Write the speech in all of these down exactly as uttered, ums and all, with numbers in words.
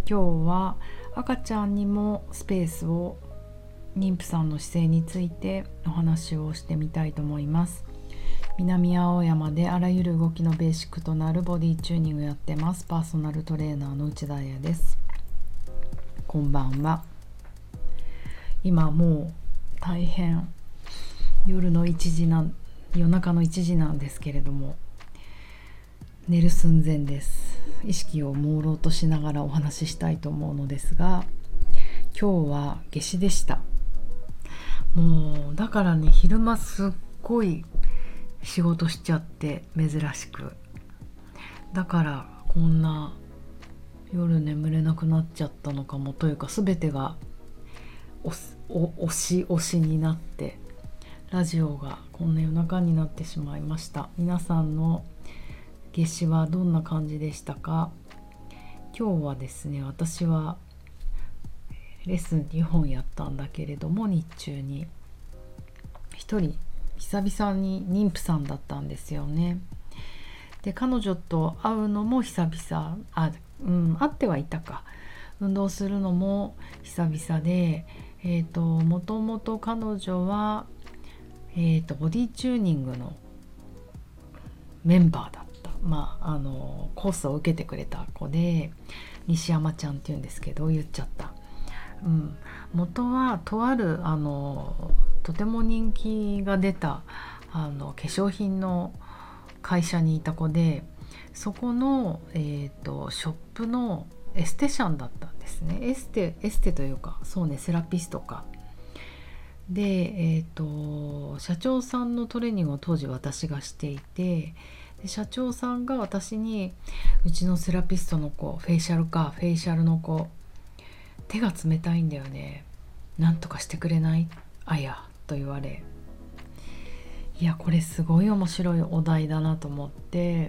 今日は赤ちゃんにもスペースを、妊婦さんの姿勢についてお話をしてみたいと思います。南青山であらゆる動きのベーシックとなるボディチューニングやってます。パーソナルトレーナーの内田彩です。こんばんは。今もう大変夜のいちじなん夜中のいちじなんですけれども、寝る寸前です。意識を朦朧としながらお話ししたいと思うのですが、今日は夏至でした。もうだからね、昼間すっごい仕事しちゃって、珍しくだからこんな夜眠れなくなっちゃったのかも、というか全てが押し押しになって、ラジオがこんな夜中になってしまいました。皆さんの夏至はどんな感じでしたか？今日はですね、私はレッスンにほんやったんだけれども、日中にひとり久々に妊婦さんだったんですよね。で、彼女と会うのも久々、あ、うん、会ってはいたか。運動するのも久々で、えーと、もともと彼女は、えーと、ボディチューニングのメンバーだった。まあ、あのコースを受けてくれた子で、西山ちゃんっていうんですけど、言っちゃった。うん、元はとあるあのとても人気が出たあの化粧品の会社にいた子で、そこの、えーと、ショップのエステシャンだったんですね。エステ、エステというか、そうね、セラピストかで、えーと、社長さんのトレーニングを当時私がしていて、で社長さんが私に、うちのセラピストの子、フェイシャルかフェイシャルの子、手が冷たいんだよね、なんとかしてくれない？あやと言われ、いやこれすごい面白いお題だなと思って、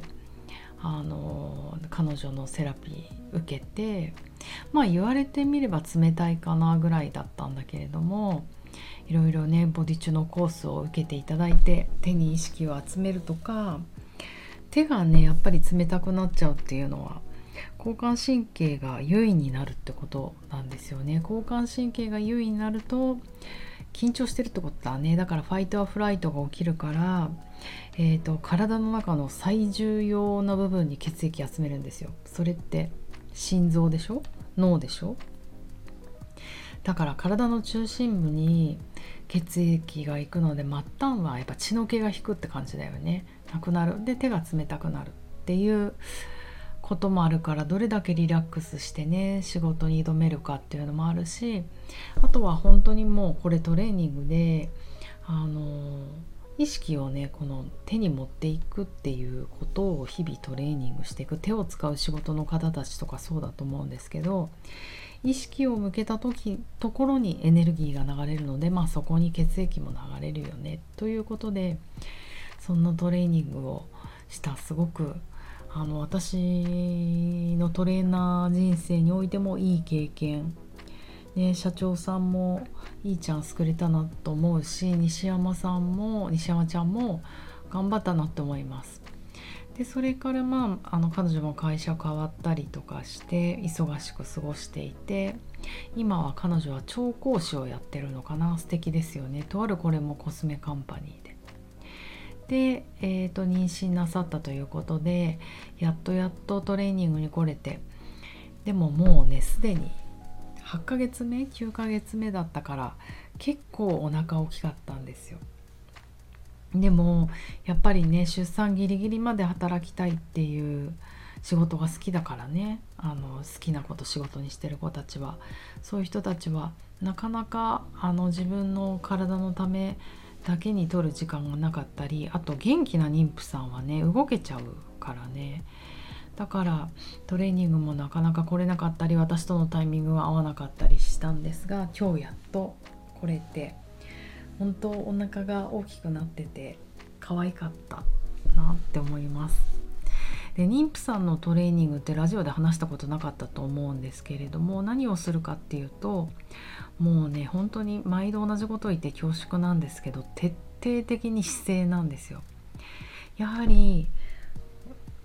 あの彼女のセラピー受けて、まあ言われてみれば冷たいかなぐらいだったんだけれども、いろいろね、ボディチュのコースを受けていただいて、手に意識を集めるとか、手がねやっぱり冷たくなっちゃうっていうのは、交感神経が優位になるってことなんですよね。交感神経が優位になると緊張してるってことだね。だからファイトアフライトが起きるから、えーと、体の中の最重要な部分に血液集めるんですよ。それって心臓でしょ、脳でしょ。だから体の中心部に血液が行くので、末端はやっぱ血の気が引くって感じだよね。なくなる。で、手が冷たくなるっていうこともあるから、どれだけリラックスしてね仕事に挑めるかっていうのもあるし、あとは本当にもうこれトレーニングで、あの意識をねこの手に持っていくっていうことを日々トレーニングしていく。手を使う仕事の方たちとかそうだと思うんですけど、意識を向けた時ところにエネルギーが流れるので、まあそこに血液も流れるよねということで、そんなトレーニングをした。すごくあの私のトレーナー人生においてもいい経験、ね、社長さんもいいチャンスくれたなと思うし、西山さんも西山ちゃんも頑張ったなと思います。でそれからまあ、あの彼女も会社変わったりとかして忙しく過ごしていて、今は彼女は調香師をやってるのかな。素敵ですよね。とあるこれもコスメカンパニーでで、えーと、妊娠なさったということで、やっとやっとトレーニングに来れて、でももうねすでにはちかげつめきゅうかげつめだったから、結構お腹大きかったんですよ。でもやっぱりね、出産ギリギリまで働きたいっていう仕事が好きだからね、あの好きなこと仕事にしてる子たちは、そういう人たちはなかなかあの自分の体のためだけに取る時間がなかったり、あと元気な妊婦さんはね動けちゃうからね、だからトレーニングもなかなか来れなかったり、私とのタイミングが合わなかったりしたんですが、今日やっと来れて、本当お腹が大きくなってて可愛かったなって思います。で、妊婦さんのトレーニングってラジオで話したことなかったと思うんですけれども、何をするかっていうと、もうね本当に毎度同じことを言って恐縮なんですけど、徹底的に姿勢なんですよ。やはり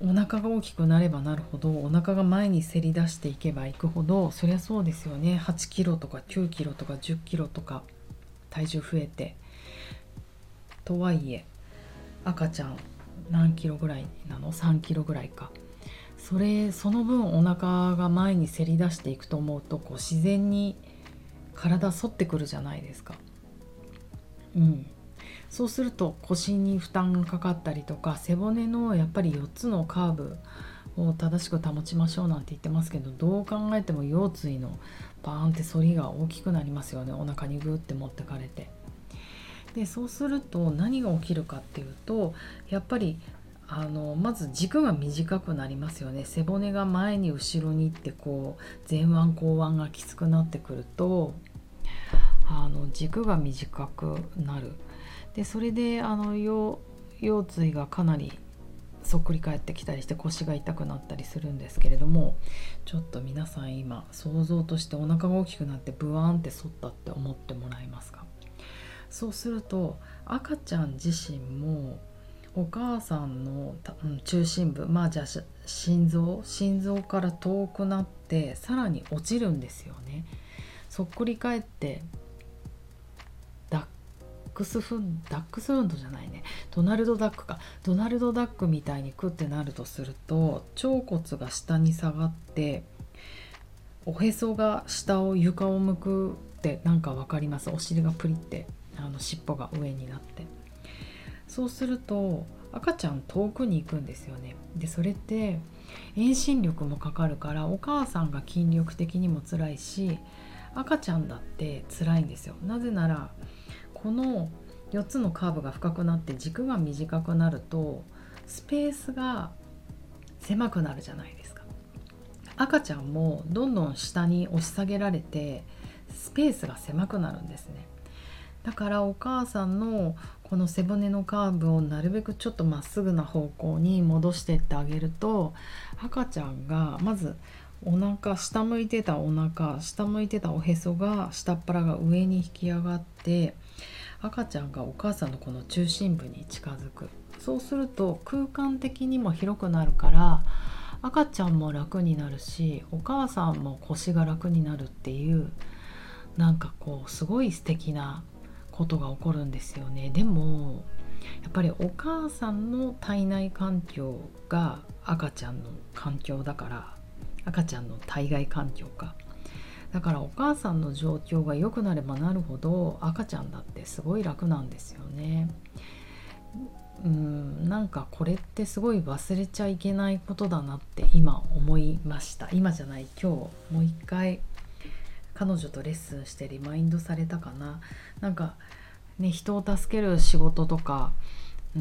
お腹が大きくなればなるほど、お腹が前にせり出していけばいくほど、そりゃそうですよね。はちキロとかきゅうキロとかじゅっキロとか体重増えて、とはいえ赤ちゃん何キロぐらいなの？さんキロぐらいか。それその分お腹が前にせり出していくと思うと、こう自然に体反ってくるじゃないですか。うん、そうすると腰に負担がかかったりとか、背骨のやっぱりよっつのカーブを正しく保ちましょうなんて言ってますけど、どう考えても腰椎のバーンって反りが大きくなりますよね。お腹にグーって持ってかれて。でそうすると何が起きるかっていうと、やっぱりあのまず軸が短くなりますよね。背骨が前に後ろにってこう前腕後腕がきつくなってくると、あの軸が短くなる。でそれであの 腰, 腰椎がかなりそっくり返ってきたりして腰が痛くなったりするんですけれども、ちょっと皆さん今想像としてお腹が大きくなってブワーンって反ったって思ってもらえますか？そうすると赤ちゃん自身もお母さんの中心部、まあじゃあ心臓心臓から遠くなってさらに落ちるんですよね。そっくり返ってダックスフンダックスフンドじゃないねドナルドダックかドナルドダックみたいにクってなるとすると、腸骨が下に下がっておへそが下を床を向くってなんかわかります？お尻がプリってあの尻尾が上になって、そうすると赤ちゃん遠くに行くんですよね。でそれって遠心力もかかるから、お母さんが筋力的にも辛いし赤ちゃんだって辛いんですよ。なぜならこのよっつのカーブが深くなって軸が短くなるとスペースが狭くなるじゃないですか。赤ちゃんもどんどん下に押し下げられてスペースが狭くなるんですね。だからお母さんのこの背骨のカーブをなるべくちょっとまっすぐな方向に戻していってあげると、赤ちゃんがまずお腹下向いてたお腹下向いてたおへそが下っ腹が上に引き上がって、赤ちゃんがお母さんのこの中心部に近づく。そうすると空間的にも広くなるから赤ちゃんも楽になるし、お母さんも腰が楽になるっていう、なんかこうすごい素敵なことが起こるんですよね。でもやっぱりお母さんの体内環境が赤ちゃんの環境だから、赤ちゃんの体外環境かだから、お母さんの状況が良くなればなるほど赤ちゃんだってすごい楽なんですよね。うーんなんかこれってすごい忘れちゃいけないことだなって今思いました。今じゃない、今日もう一回彼女とレッスンしてリマインドされたかな。なんかね、人を助ける仕事とか、うん、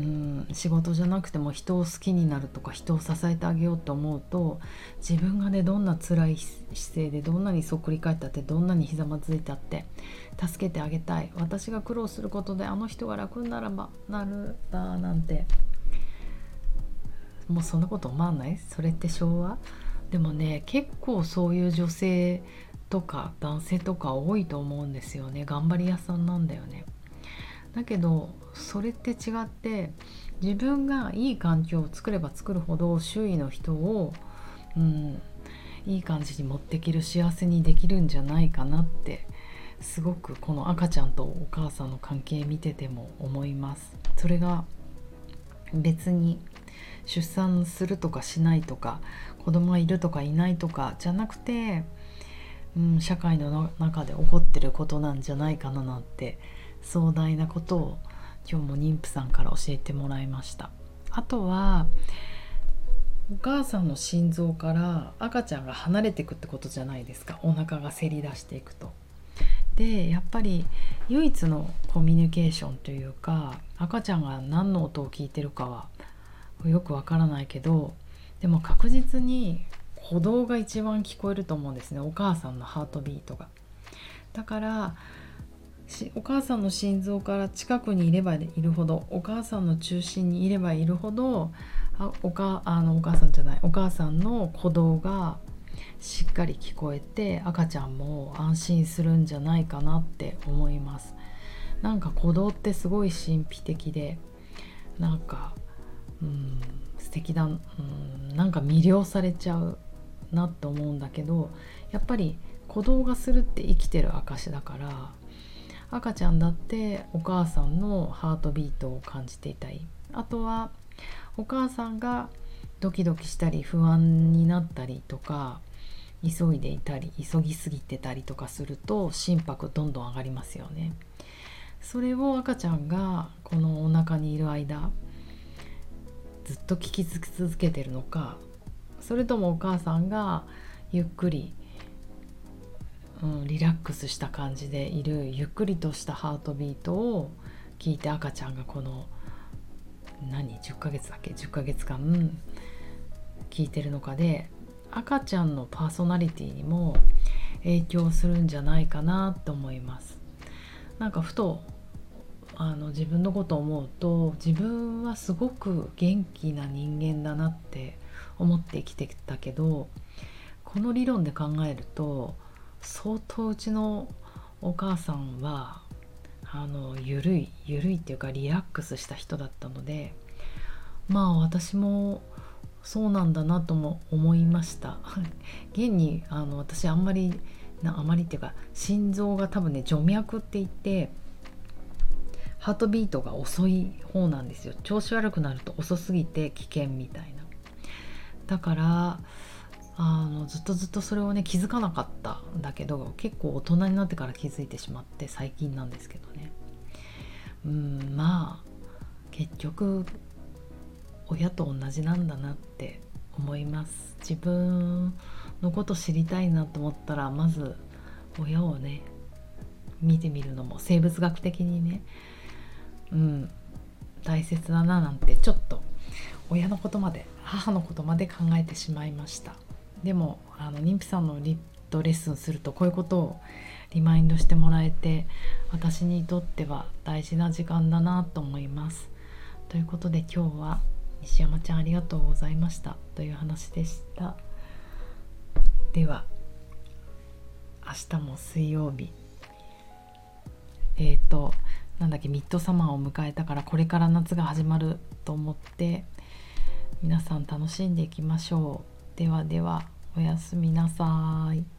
仕事じゃなくても人を好きになるとか人を支えてあげようと思うと、自分がねどんな辛い姿勢でどんなにそっくり返ったってどんなにひざまずいたって助けてあげたい。私が苦労することであの人が楽にならばなるばなんて、もうそんなこと思わない？それって昭和？でもね、結構そういう女性とか男性とか多いと思うんですよね。頑張り屋さんなんだよね。だけどそれって違って、自分がいい環境を作れば作るほど周囲の人を、うん、いい感じに持っていける、幸せにできるんじゃないかなって、すごくこの赤ちゃんとお母さんの関係見てても思います。それが別に出産するとかしないとか子供がいるとかいないとかじゃなくて、うん、社会の中で起こってることなんじゃないかななんて、壮大なことを今日も妊婦さんから教えてもらいました。あとはお母さんの心臓から赤ちゃんが離れていくってことじゃないですか。お腹がせり出していくと。でやっぱり唯一のコミュニケーションというか、赤ちゃんが何の音を聞いてるかはよくわからないけど、でも確実に鼓動が一番聞こえると思うんですね。お母さんのハートビートが。だからお母さんの心臓から近くにいればいるほど、お母さんの中心にいればいるほど、あおかあのお母さんじゃないお母さんの鼓動がしっかり聞こえて、赤ちゃんも安心するんじゃないかなって思います。なんか鼓動ってすごい神秘的で、なんか、うん、素敵だ、うん、なんか魅了されちゃうなって思うんだけど、やっぱり鼓動がするって生きてる証だから、赤ちゃんだってお母さんのハートビートを感じていたい。あとはお母さんがドキドキしたり不安になったりとか、急いでいたり急ぎすぎてたりとかすると心拍どんどん上がりますよね。それを赤ちゃんがこのお腹にいる間ずっと聞き続けてるのか、それともお母さんがゆっくり、うん、リラックスした感じでいるゆっくりとしたハートビートを聞いて、赤ちゃんがこの何じゅっかげつだっけじゅっかげつかん聞いてるのかで、赤ちゃんのパーソナリティにも影響するんじゃないかなと思います。なんかふとあの自分のことを思うと、自分はすごく元気な人間だなって思って生きてきたけど、この理論で考えると相当うちのお母さんはあのゆるいゆるいっていうかリラックスした人だったので、まあ私もそうなんだなとも思いました現にあの私あんまりなあまりっていうか心臓が多分ね徐脈って言ってハートビートが遅い方なんですよ。調子悪くなると遅すぎて危険みたいな。だからあのずっとずっとそれをね気づかなかったんだけど、結構大人になってから気づいてしまって、最近なんですけどね。うんまあ結局親と同じなんだなって思います。自分のこと知りたいなと思ったら、まず親をね見てみるのも生物学的にね、うん大切だななんて、ちょっと親のことまで母のことまで考えてしまいました。でもあの妊婦さんのリットレッスンするとこういうことをリマインドしてもらえて、私にとっては大事な時間だなと思います。ということで今日は西山ちゃんありがとうございましたという話でした。では明日も水曜日、えっとなんだっけミッドサマーを迎えたから、これから夏が始まると思って皆さん楽しんでいきましょう。ではではおやすみなさい。